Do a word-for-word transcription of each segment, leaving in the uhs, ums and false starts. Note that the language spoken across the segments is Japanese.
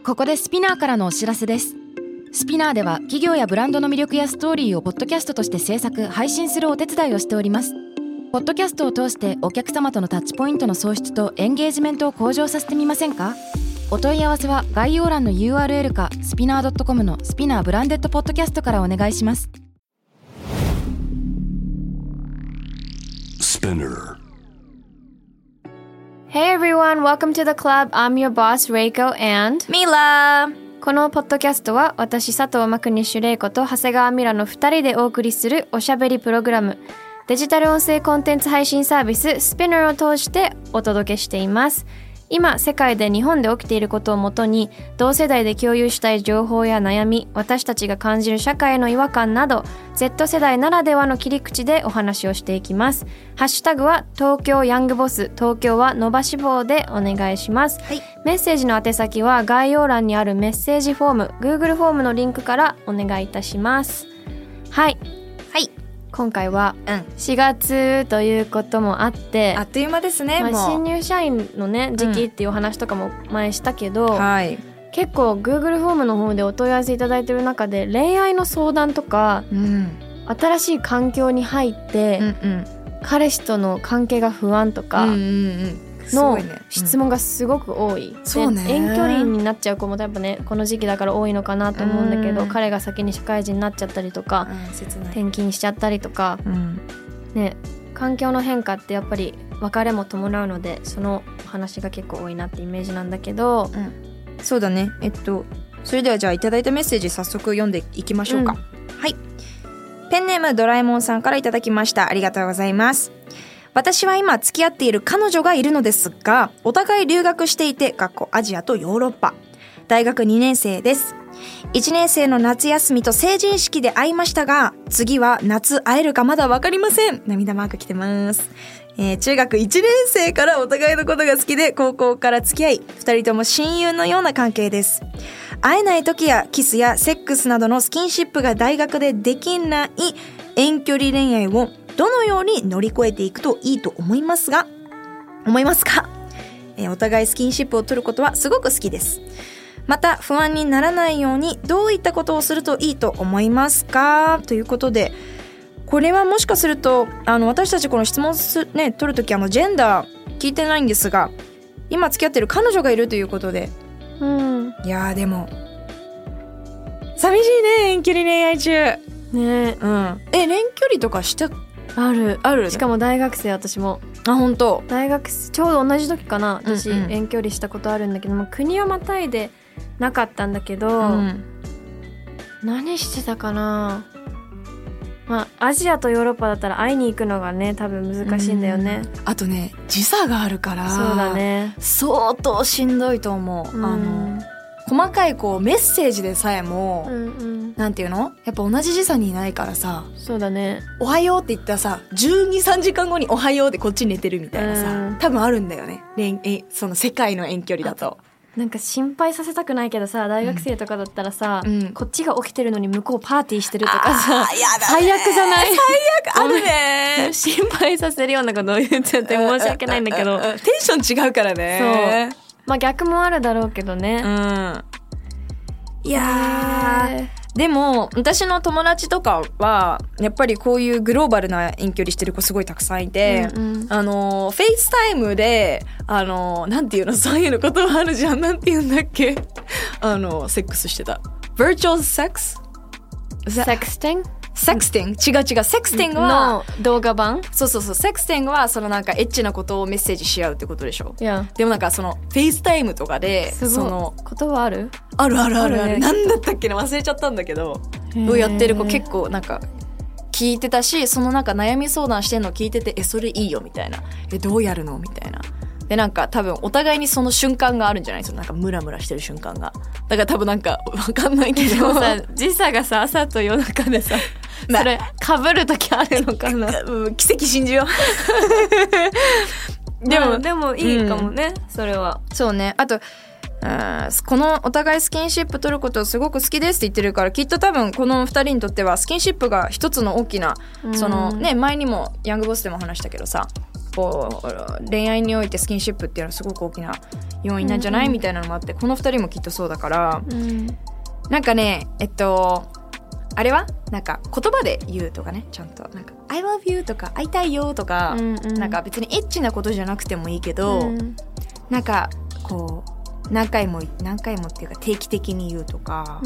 ここでスピナーからのお知らせです。スピナーでは企業やブランドの魅力やストーリーをポッドキャストとして制作・配信するお手伝いをしております。ポッドキャストを通してお客様とのタッチポイントの創出とエンゲージメントを向上させてみませんか？お問い合わせは概要欄の ユーアールエル かスピナー ドットコム のスピナーブランデッドポッドキャストからお願いします。 Spinner. Hey everyone, welcome to the club. I'm your boss, Reiko and Mila. このポッドキャストは私佐藤真国主玲子と長谷川ミラのふたりでお送りするおしゃべりプログラム、デジタル音声コンテンツ配信サービス Spinner を通してお届けしています。今世界で日本で起きていることをもとに同世代で共有したい情報や悩み、私たちが感じる社会の違和感など Z 世代ならではの切り口でお話をしていきます。ハッシュタグは東京ヤングボス、東京は伸ばし棒でお願いします、はい、メッセージの宛先は概要欄にあるメッセージフォーム Google フォームのリンクからお願いいたします。はいはい、今回はしがつということもあって、 うん、あっという間ですね、 まあ、 もう新入社員のね時期っていうお話とかも前したけど、 うん、はい、 結構 Google フォームの方でお問い合わせいただいてる中で恋愛の相談とか、うん、新しい環境に入って、うんうん、彼氏との関係が不安とかの質問がすごく多い、 そうね、 遠距離になっちゃう子もやっぱねこの時期だから多いのかなと思うんだけど、うん、彼が先に社会人になっちゃったりとか、うん、転勤しちゃったりとか、うんね、環境の変化ってやっぱり別れも伴うのでその話が結構多いなってイメージなんだけど、うん、 そうだね。えっとそれではじゃあいただいたメッセージ早速読んでいきましょうか、うん、はい、ペンネームドラえもんさんからいただきました。ありがとうございます。私は今付き合っている彼女がいるのですが、お互い留学していて、アジアとヨーロッパ。大学にねん生です。いちねん生の夏休みと成人式で会いましたが、次は夏会えるかまだわかりません。涙マーク来てます。えー、中学いちねん生からお互いのことが好きで、高校から付き合い、二人とも親友のような関係です。会えない時やキスやセックスなどのスキンシップが大学でできない遠距離恋愛をどのように乗り越えていくといいと思いますが思いますか、えー、お互いスキンシップを取ることはすごく好きです。また不安にならないようにどういったことをするといいと思いますか、ということで、これはもしかするとあの私たちこの質問す、ね、取るときあのジェンダー聞いてないんですが、今付き合ってる彼女がいるということで、うん、いやでも寂しいね、遠距離恋愛中ね。うん、え遠距離とかしたあるある、しかも大学生。私もあ本当大学ちょうど同じ時かな、私、うんうん、遠距離したことあるんだけども、国をまたいでなかったんだけど、うん、何してたかな。まあアジアとヨーロッパだったら会いに行くのがね多分難しいんだよね、 うん、あとね時差があるからそうだね相当しんどいと思う、うん、あの細かいこうメッセージでさえも、うんうん、なんていうのやっぱ同じ時差にいないからさ、 そうだね、 おはようって言ったらさじゅうに、さんじかんごにおはようでこっち寝てるみたいなさ、うん、多分あるんだよね、えその世界の遠距離だと。 なんか心配させたくないけどさ、大学生とかだったらさ、うん、こっちが起きてるのに向こうパーティーしてるとかさ、最悪じゃない？ 最悪あるね心配させるようなことを言っちゃって申し訳ないんだけどテンション違うからね。 そうまあ逆もあるだろうけどね、うん、 いやーでも私の友達とかはやっぱりこういうグローバルな遠距離してる子すごいたくさんいて、うんうん、あのフェイスタイムであのなんていうのそういうの言葉あるじゃん、なんていうんだっけあのセックスしてた Virtual Sex Sexting セクスティング違う違うセクスティングはの動画版。 そうそうそう、セクスティングはそのなんかエッチなことをメッセージし合うってことでしょ。 いやでもなんかそのフェイスタイムとかでその言葉あるあるあるあるある、なんだったっけな忘れちゃったんだけど、どうやってる子結構なんか聞いてたし、そのなんか悩み相談してんの聞いてて、えそれいいよみたいな、えどうやるのみたいな。でなんか多分お互いにその瞬間があるんじゃないですか、なんかムラムラしてる瞬間が。だから多分なんか分かんないけどでもさ時差がさ朝と夜中でさそれ被る時あるのかな奇跡信じようでも、まあ、でもいいかもね、うん、それはそうね。あとこのお互いスキンシップ取ることすごく好きですって言ってるから、きっと多分このふたりにとってはスキンシップが一つの大きな、そのね前にもヤングボスでも話したけどさ、 こう恋愛においてスキンシップっていうのはすごく大きな要因なんじゃない、うんうん、みたいなのもあって、このふたりもきっとそうだから、うん、なんかねえっとあれはなんか言葉で言うとかね、ちゃんとなんか I love you とか会いたいよとか、うんうん、なんか別にエッチなことじゃなくてもいいけど、うん、なんかこう何回も何回もっていうか定期的に言うとか、うん、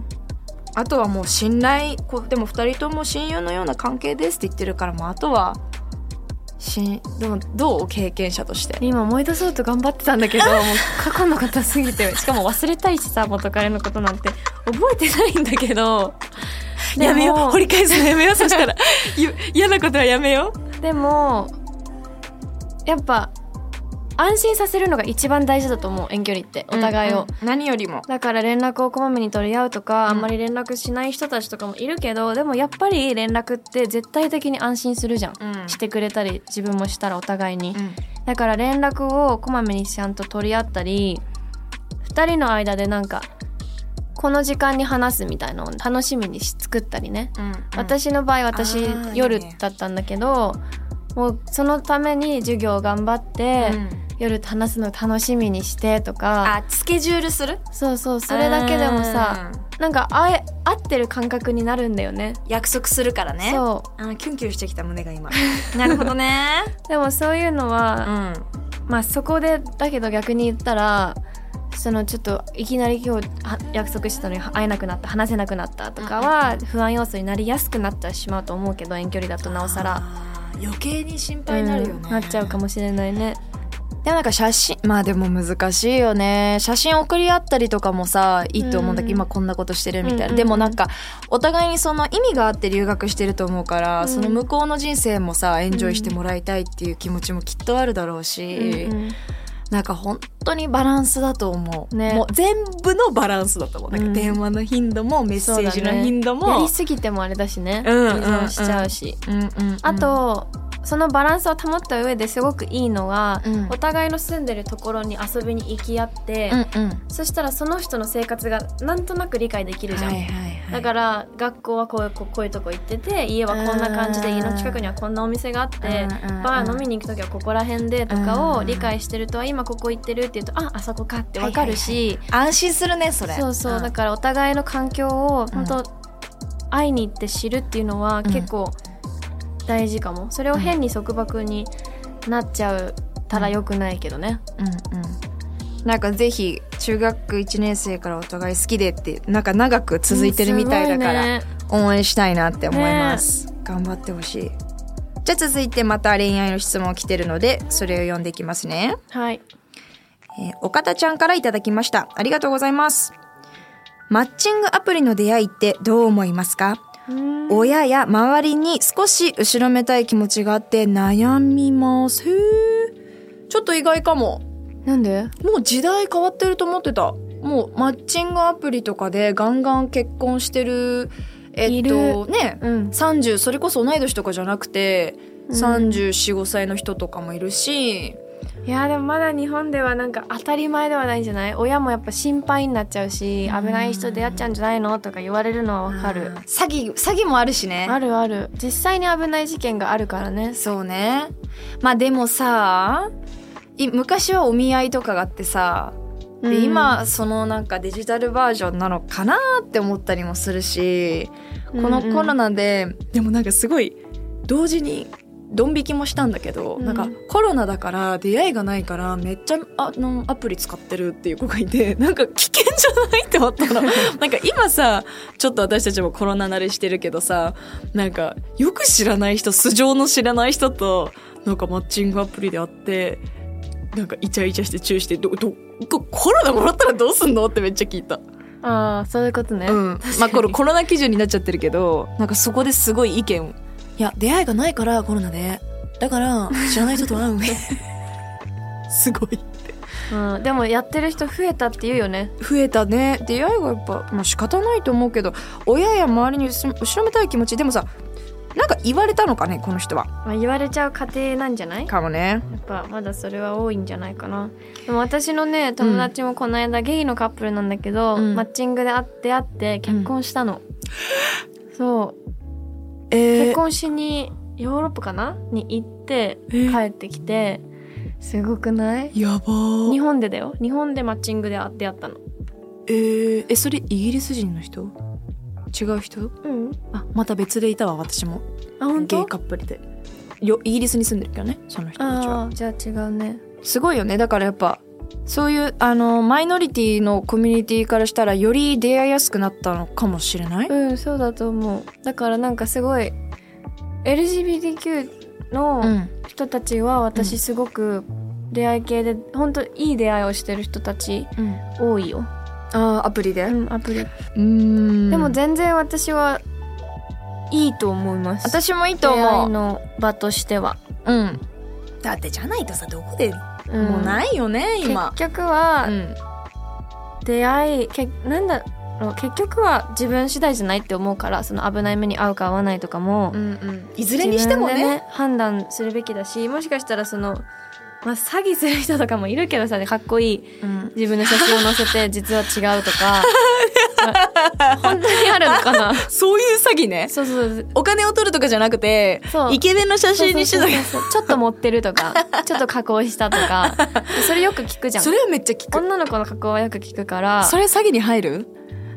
あとはもう信頼、こでもふたりとも親友のような関係ですって言ってるから、もうあとはしでもどう経験者として今思い出そうと頑張ってたんだけどもう過去のことすぎてしかも忘れたいしさ、元彼のことなんて覚えてないんだけどやめよう、掘り返すのやめようそしたら嫌なことはやめよう。でもやっぱ安心させるのが一番大事だと思う、遠距離ってお互いを、うんうん、何よりも。 だから連絡をこまめに取り合うとか、うん、あんまり連絡しない人たちとかもいるけど、でもやっぱり連絡って絶対的に安心するじゃん、うん、してくれたり自分もしたらお互いに、うん、だから連絡をこまめにちゃんと取り合ったり、ふたりの間でなんかこの時間に話すみたいなのを楽しみに作ったりね、うんうん、私の場合私夜だったんだけど、もうそのために授業を頑張って、うん、夜話すの楽しみにしてとか、 あ、スケジュールする？ そうそう、それだけでもさ、なんかあえ合ってる感覚になるんだよね。 約束するからね。 そう、あ、キュンキュンしてきた胸が今なるほどねでもそういうのは、うん、まあそこでだけど逆に言ったら、そのちょっといきなり今日約束してたのに会えなくなった、話せなくなったとかは不安要素になりやすくなってしまうと思うけど、遠距離だとなおさら余計に心配になるよね、 うん、なっちゃうかもしれないね。 でもなんか写真、まあでも難しいよね。写真送り合ったりとかもさいいと思うんだけど、うん、今こんなことしてるみたいな、うんうんうん、でもなんかお互いにその意味があって留学してると思うから、うん、その向こうの人生もさエンジョイしてもらいたいっていう気持ちもきっとあるだろうし、うんうん、なんか本当にバランスだと思う、ね、もう全部のバランスだと思う。なんか電話の頻度もメッセージの頻度も、 ね、やりすぎてもあれだしね、依存しちゃうし、うんうんうん、あとそのバランスを保った上ですごくいいのは、うん、お互いの住んでるところに遊びに行き合って、うんうん、そしたらその人の生活がなんとなく理解できるじゃん、はいはいはい、だから学校はこういう、こういうとこ行ってて、家はこんな感じで、家の近くにはこんなお店があって、バー飲みに行くときはここら辺でとかを理解してると、今ここ行ってるって言うと、あ、あそこかって分かるし、はいはいはい、安心するねそれ。 そうそう、だからお互いの環境を本当、うん、会いに行って知るっていうのは結構、うん大事かも。それを変に束縛になっちゃうたら良くないけどね、うんうんうん、なんかぜひ中学いちねん生からお互い好きでってなんか長く続いてるみたいだから、応援したいなって思います、ね、頑張ってほしい。じゃあ続いてまた恋愛の質問来てるのでそれを読んでいきますね。 はい、 えー、岡田ちゃんからいただきました。ありがとうございます。マッチングアプリの出会いってどう思いますか？親や周りに少し後ろめたい気持ちがあって悩みます。へー、ちょっと意外かも。 なんで？ もう時代変わってると思ってた。もうマッチングアプリとかでガンガン結婚してるえっとね、うん、さんじゅうそれこそ同い年とかじゃなくて、うん、さんじゅうよん、ごさいの人とかもいるし、 いやでもまだ日本ではなんか当たり前ではないんじゃない？親もやっぱ心配になっちゃうし、危ない人出会っちゃうんじゃないのとか言われるのはわかる。 詐欺詐欺もあるしね。 あるある、実際に危ない事件があるからね。 そうね。まあでもさ、昔はお見合いとかがあってさ、で今そのなんかデジタルバージョンなのかなって思ったりもするし、このコロナで、うんうん、でもなんかすごい同時にドン引きもしたんだけど、うん、なんかコロナだから出会いがないからめっちゃあのアプリ使ってるっていう子がいて、なんか危険じゃないって思ったのなんか今さちょっと私たちもコロナ慣れしてるけどさ、なんかよく知らない人、素性の知らない人となんかマッチングアプリで会ってなんかイチャイチャしてチューしてどどコロナもらったらどうすんのってめっちゃ聞いた。 ああ、そういうことね、 うん、まあこれコロナ基準になっちゃってるけど、なんかそこですごい意見、いや出会いがないからコロナでだから知らない人と会うすごいって、 うん、でもやってる人増えたって言うよね。 増えたね。出会いがやっぱ、まあ、仕方ないと思うけど、親や周りに後ろめたい気持ち、でもさなんか言われたのかねこの人は、 まあ、言われちゃう家庭なんじゃないかもね。 やっぱまだそれは多いんじゃないかな。でも私のね友達もこの間、うん、ゲイのカップルなんだけど、うん、マッチングで会って会って結婚したの、うん、そう、えー、結婚しにヨーロッパかなに行って帰ってきて、すごくない？ やばー。 日本でだよ。日本でマッチングで出会ったの。 えー、えそれイギリス人の人？違う人？ うん。 あ、また別でいたわ私も。 あ、本当？ ゲイカップルでよイギリスに住んでるけどね、その人たちは。 あ、じゃあ違うね。 すごいよね。だからやっぱそういうあのマイノリティのコミュニティからしたらより出会いやすくなったのかもしれない。 うん、そうだと思う。だからなんかすごい エルジービーティーキュー の人たちは私すごく出会い系で本当いい出会いをしてる人たち多いよ。 あ、アプリで、 うん、アプリ。 うーん、 でも全然私はいいと思います。 私もいいと出会思。 いうの場としては。 うん。だってじゃないとさ、どこでうんもうないよね、今。 結局は、 うん出会いけなんだろう、結局は自分次第じゃないって思うから、その危ない目に遭うか遭わないとかも、 うんうん、いずれにしてもね、 自分で判断するべきだし、もしかしたらその、まあ、詐欺する人とかもいるけどさ、かっこいいうん自分の写真を載せて実は違うとかまあ本当にあるのかな。 そういう詐欺ね。 そうそうそう、 お金を取るとかじゃなくて、 そうイケメンの写真にしてた。 そうそうそうそう、ちょっと持ってるとかちょっと加工したとか、それよく聞くじゃん。 それはめっちゃ聞く。 女の子の加工はよく聞くから。 それ詐欺に入る？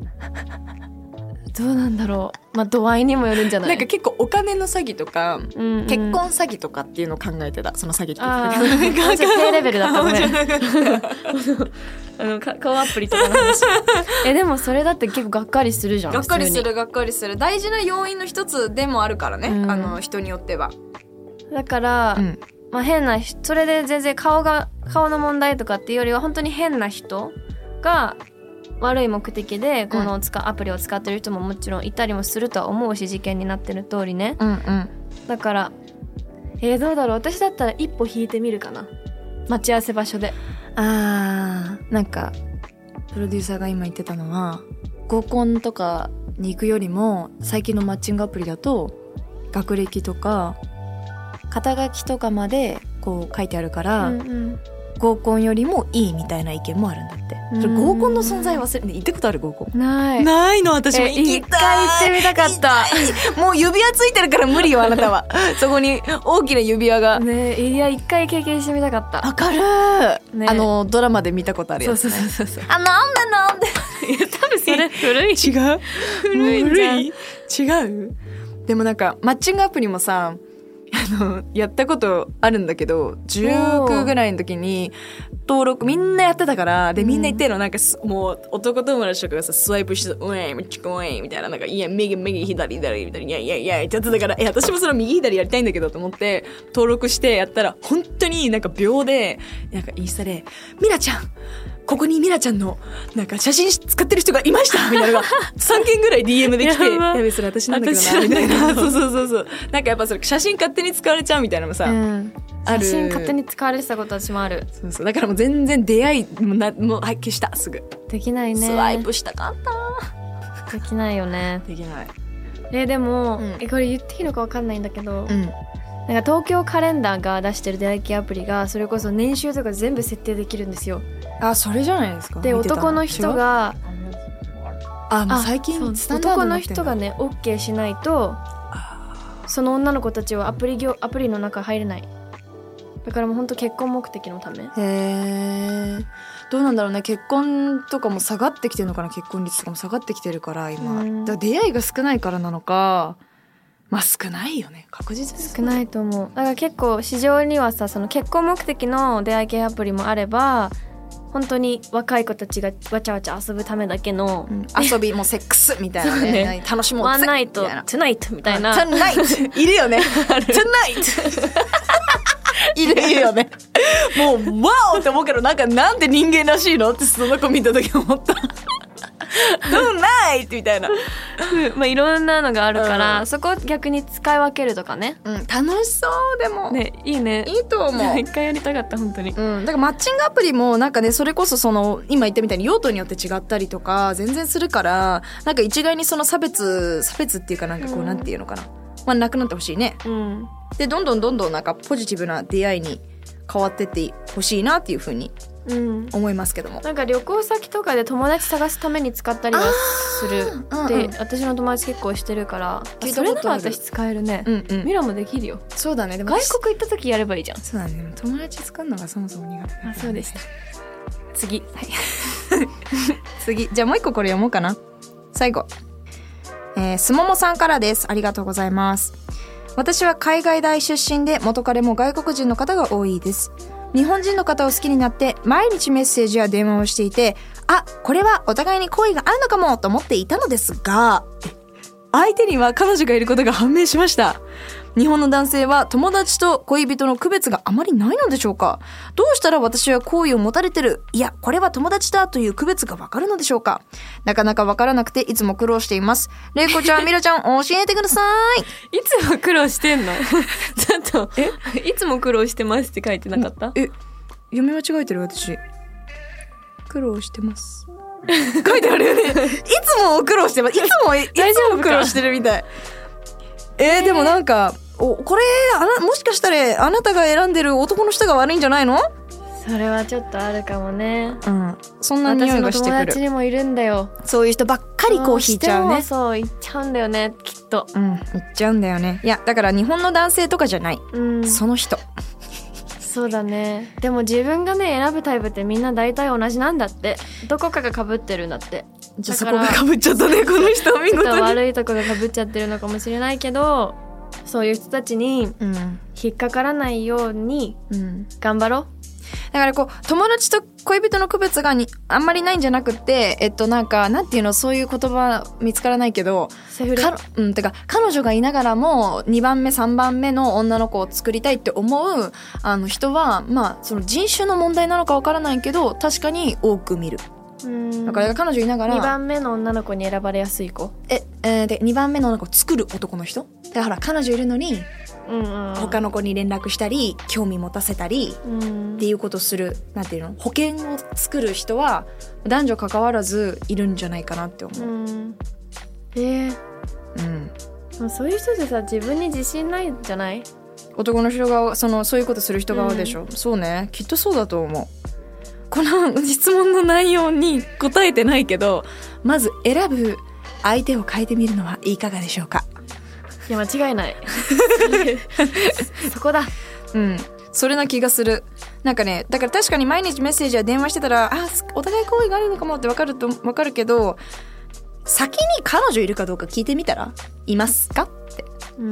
どうなんだろう。まあ度合いにもよるんじゃない？ なんか結構お金の詐欺とか、 うんうん、 結婚詐欺とかっていうのを考えてた。その詐欺ってあー低レベルだったねあの顔アプリとかの話えでもそれだって結構がっかりするじゃん。 がっかりするがっかりする。大事な要因の一つでもあるからね、 うん、 あの人によっては。 だから、うんまあ、変なそれで全然顔が顔の問題とかっていうよりは本当に変な人が悪い目的でこの使、うん、アプリを使ってる人ももちろんいたりもするとは思うし、事件になってる通りね、 うんうん、 だからえー、どうだろう。私だったら一歩引いてみるかな、待ち合わせ場所で。 あー、なんかプロデューサーが今言ってたのは、合コンとかに行くよりも最近のマッチングアプリだと学歴とか肩書きとかまでこう書いてあるから、うんうん、合コンよりもいいみたいな意見もあるんだって。それ合コンの存在忘れて、行ったことある？合コンないないの。私も行きたい。 一回行ってみたかった。 もう指輪ついてるから無理よあなたはそこに大きな指輪がね。いや一回経験してみたかった。 わかる、ね、あのドラマで見たことあるやつ、ね、 そうそうそうそう。 あ、なんでなんでいや多分それ古い。 違う古いんじゃん。 違う。でもなんかマッチングアプリもさ、あのやったことあるんだけど、じゅうきゅうぐらいの時に登録みんなやってたから、でみんな言ってるの、なんかもう男友達とかがさスワイプして、うえめっちゃ怖いみたいな、なんかいや右右左左みたいな、いやいやいやってやってたから、え私もその右左やりたいんだけどと思って登録してやったら、本当になんか秒でなんかインスタでミラちゃんここにミラちゃんのなんか写真使ってる人がいましたみたいなのがさんけんぐらい ディーエム で来て、やべそれ私なんだけどなみたいな。そうそうそうそう。なんかやっぱそれ写真勝手に使われちゃうみたいなのもさ、うん、ある。 写真勝手に使われてたこと私もある。 そうそう。だからもう全然出会いもなもうはい消したすぐ。 できないね。 スワイプしたかった。 できないよね。 できない。 えでも、うん、えこれ言っていいのかわかんないんだけど。 うん。 なんか東京カレンダーが出してる出会い系アプリがそれこそ年収とか全部設定できるんですよ。 あ、それじゃないですか。 で男の人があもう最近スタンダードになってんだ。 男の人がね OK しないとその女の子たちはアプリ業アプリの中入れない。だからもうほんと結婚目的のため。 へー、どうなんだろうね。結婚とかも下がってきてるのかな。結婚率とかも下がってきてるから今、うん、だから出会いが少ないからなのか。まあ少ないよね、確実に少ないと思う。だから結構市場にはさ、その結婚目的の出会い系アプリもあれば、本当に若い子たちがわちゃわちゃ遊ぶためだけの、うん、 遊びもセックスみたいな ね, ね楽しもうワンナイトトゥナイトみたいな、 トゥナイトいるよねトゥナイトいるよね。もうワオって思うけど、なんかなんで人間らしいのってその子見た時思ったトゥナイトみたいなまあいろんなのがあるから、うん、そこを逆に使い分けるとかね、 うん、楽しそうでもね、いいね、 いいと思う。 一回やりたかった本当に、 うん、だからマッチングアプリもなんかね、それこそその今言ったみたいに用途によって違ったりとか全然するから、なんか一概にその差別差別っていうかなんかこう、うん、なんていうのかな、まあなくなってほしいね、 うん、 でどんどんどんどんなんかポジティブな出会いに変わってってほしいなっていう風にうん思いますけども、 なんか旅行先とかで友達探すために使ったりはするって、 うんうん、 私の友達結構してるから聞いたことある。 それなら私使えるね、 うんうん、 ミラもできるよ。 そうだね。でも外国行った時やればいいじゃん。 そうだね。友達作るのがそもそも苦手だから、ね、 あ、そうでした。次、はい次じゃあもう一個これ読もうかな。最後、えー、すももさんからです。ありがとうございます。私は海外大出身で元彼も外国人の方が多いです。日本人の方を好きになって毎日メッセージや電話をしていて、あ、これはお互いに好意があるのかもと思っていたのですが、相手には彼女がいることが判明しました。日本の男性は友達と恋人の区別があまりないのでしょうか。どうしたら私は好意を持たれてる、いやこれは友達だという区別がわかるのでしょうか。なかなかわからなくていつも苦労しています。れいこちゃん、みらちゃん教えてください。 いつも苦労してんのちょっとえいつも苦労してますって書いてなかった？ え、読み間違えてる私。苦労してます書いてあるよね。いつも苦労してます。いつもいつも苦労してるみたい。えー、でもなんかおこれあなもしかしたらあなたが選んでる男の人が悪いんじゃないの？ それはちょっとあるかもね。 うん、そんな匂いがしてくる。 私の友達にもいるんだよ。 そういう人ばっかりこう引いちゃうね。 そう言っちゃうんだよね、きっと。 うん、言っちゃうんだよね。いやだから日本の男性とかじゃない、 うん、 その人。 そうだね。でも自分がね選ぶタイプってみんな大体同じなんだって。どこかが被ってるんだって。 じゃあそこが被っちゃったねこの人。見事にちょっと悪いとこが被っちゃってるのかもしれないけど、そういう人たちに引っかからないように頑張ろう、うん、 だからこう友達と恋人の区別がにあんまりないんじゃなくて、えっとなんかなんていうの、そういう言葉見つからないけど、 セフレ、 か、うん、てか彼女がいながらもにばんめさんばんめの女の子を作りたいって思うあの人は、まあその人種の問題なのかわからないけど確かに多く見る。 うん、 だから彼女いながらにばんめの女の子に選ばれやすい子、 え、えー、でにばんめの女の子を作る男の人だから彼女いるのに、 うんうん、 他の子に連絡したり興味持たせたり、うん、っていうことする、なんていうの、保険を作る人は男女関わらずいるんじゃないかなって思う、うん、 えー、 うん、 そういう人ってさ自分に自信ないんじゃない？ 男の人がそのそういうことする人側でしょ、うん、そうね、きっとそうだと思う。この質問の内容に答えてないけど、まず選ぶ相手を変えてみるのはいかがでしょうか。 いや間違いないそこだ。 うん、それな気がする。なんかね、だから確かに毎日メッセージや電話してたら、あ、お互い好意があるのかもって分かると分かるけど、先に彼女いるかどうか聞いてみたら、いますかって、うん、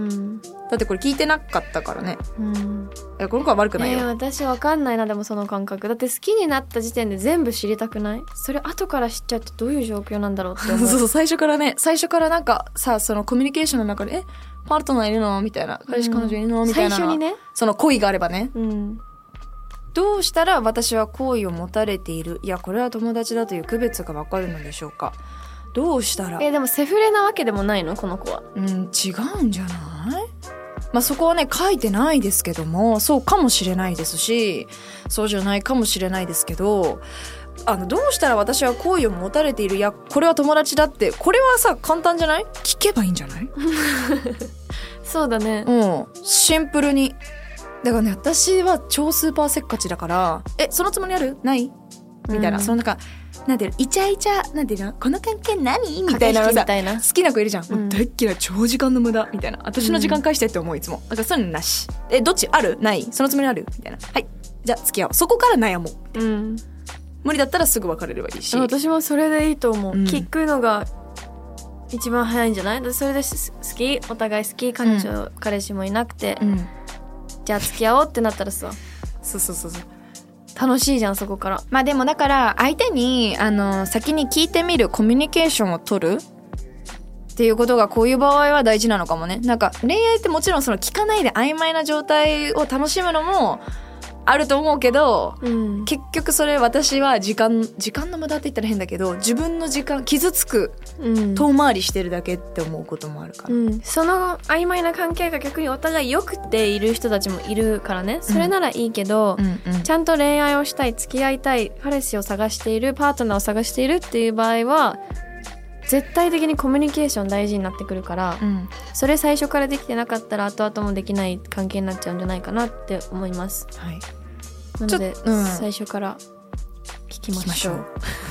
だってこれ聞いてなかったからね、うん、いやこの子は悪くないよ、 えー、私わかんないな。でもその感覚だって好きになった時点で全部知りたくない？それ後から知っちゃってどういう状況なんだろうって思うそうそう、最初からね、最初からなんかさ、そのコミュニケーションの中で、えパートナーいるのみたいな、彼氏彼女いるの、うん、みたいな、 最初にね、 その恋があればね、 うん、 どうしたら私は好意を持たれている、いやこれは友達だという区別がわかるのでしょうか。どうしたら、 えー、でもセフレなわけでもないのこの子は。 うん、違うんじゃない？まあそこはね書いてないですけども、そうかもしれないですし、そうじゃないかもしれないですけど、あのどうしたら私は好意を持たれている、いやこれは友達だって、これはさ簡単じゃない？聞けばいいんじゃない？ そうだね、 うん、シンプルに。だからね、私は超スーパーせっかちだから、えそのつもりある？ないみたいな、うん、そのなんかなんていうの、イチャイチャ、なんていうの、この関係何みたいなのさ、好きな子いるじゃん、うん、大っ嫌い、長時間の無駄みたいな、私の時間返してって思ういつも。だからそういうのなし。えどっちある？ない？そのつもりある？みたいな。はい、じゃあ付き合おう。そこから悩もう、うん、無理だったらすぐ別れればいいし。 私もそれでいいと思う、うん、聞くのが一番早いんじゃない？それで好き、お互い好き、彼女、うん、彼氏もいなくて、うん、じゃあ付き合おうってなったらさ、 そうそうそうそう、 楽しいじゃんそこから。 まあでもだから相手にあの先に聞いてみる、コミュニケーションを取るっていうことがこういう場合は大事なのかもね。なんか恋愛ってもちろんその聞かないで曖昧な状態を楽しむのもあると思うけど、うん、結局それ私は時間時間の無駄って言ったら変だけど、自分の時間傷つく、うん、遠回りしてるだけって思うこともあるから、うん、 その曖昧な関係が逆にお互い良くている人たちもいるからね、それならいいけど、うんうんうん、ちゃんと恋愛をしたい、付き合いたい、彼氏を探している、パートナーを探しているっていう場合は絶対的にコミュニケーション大事になってくるから、うん、それ最初からできてなかったら後々もできない関係になっちゃうんじゃないかなって思います、はい、なので、うん、最初から聞きましょう。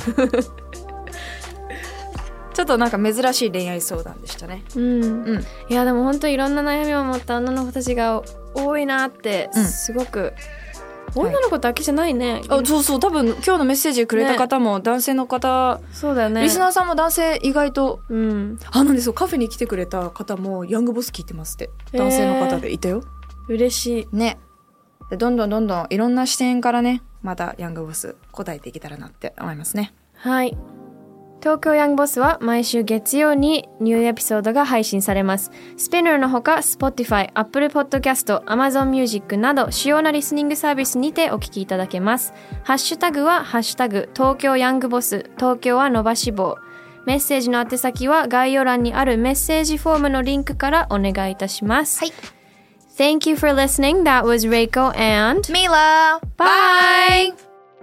ちょっとなんか珍しい恋愛相談でしたね。 うん、 うん、 いやでも本当いろんな悩みを持った女の子たちが多いなってすごく、うん、女の子だけじゃないね、 はい、あそうそう、多分今日のメッセージくれた方も男性の方、ね、 そうだよね、 リスナーさんも男性意外と、 うん、 あなんでそうカフェに来てくれた方もヤングボス聞いてますって男性の方でいたよ、 えー、嬉しいね。でどんどんどんどんいろんな視点からねまたヤングボス答えていけたらなって思いますね。 はい、東京ヤングボスは毎週月曜にニューエピソードが配信されます。スピナーのほか Spotify、Apple Podcast、Amazon Music など主要なリスニングサービスにてお聞きいただけます。ハッシュタグはハッシュタグ東京ヤングボス、東京は伸ばし棒。メッセージの宛先は概要欄にあるメッセージフォームのリンクからお願いいたします。 はい。 Thank you for listening. That was Reiko and Mila. Bye!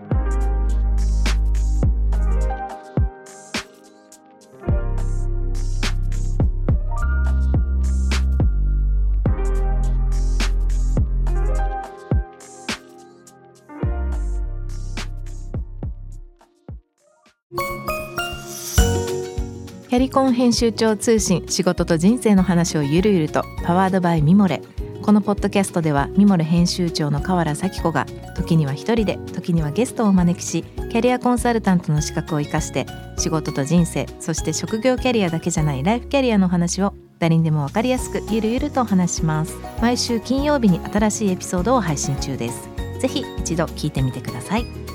キャリコン編集長通信、仕事と人生の話をゆるゆると、パワードバイミモレ。このポッドキャストではミモレ編集長の河原咲子が時には一人で時にはゲストをお招きし、キャリアコンサルタントの資格を生かして仕事と人生、そして職業キャリアだけじゃないライフキャリアの話を誰にでも分かりやすくゆるゆるとお話します。毎週金曜日に新しいエピソードを配信中です。ぜひ一度聞いてみてください。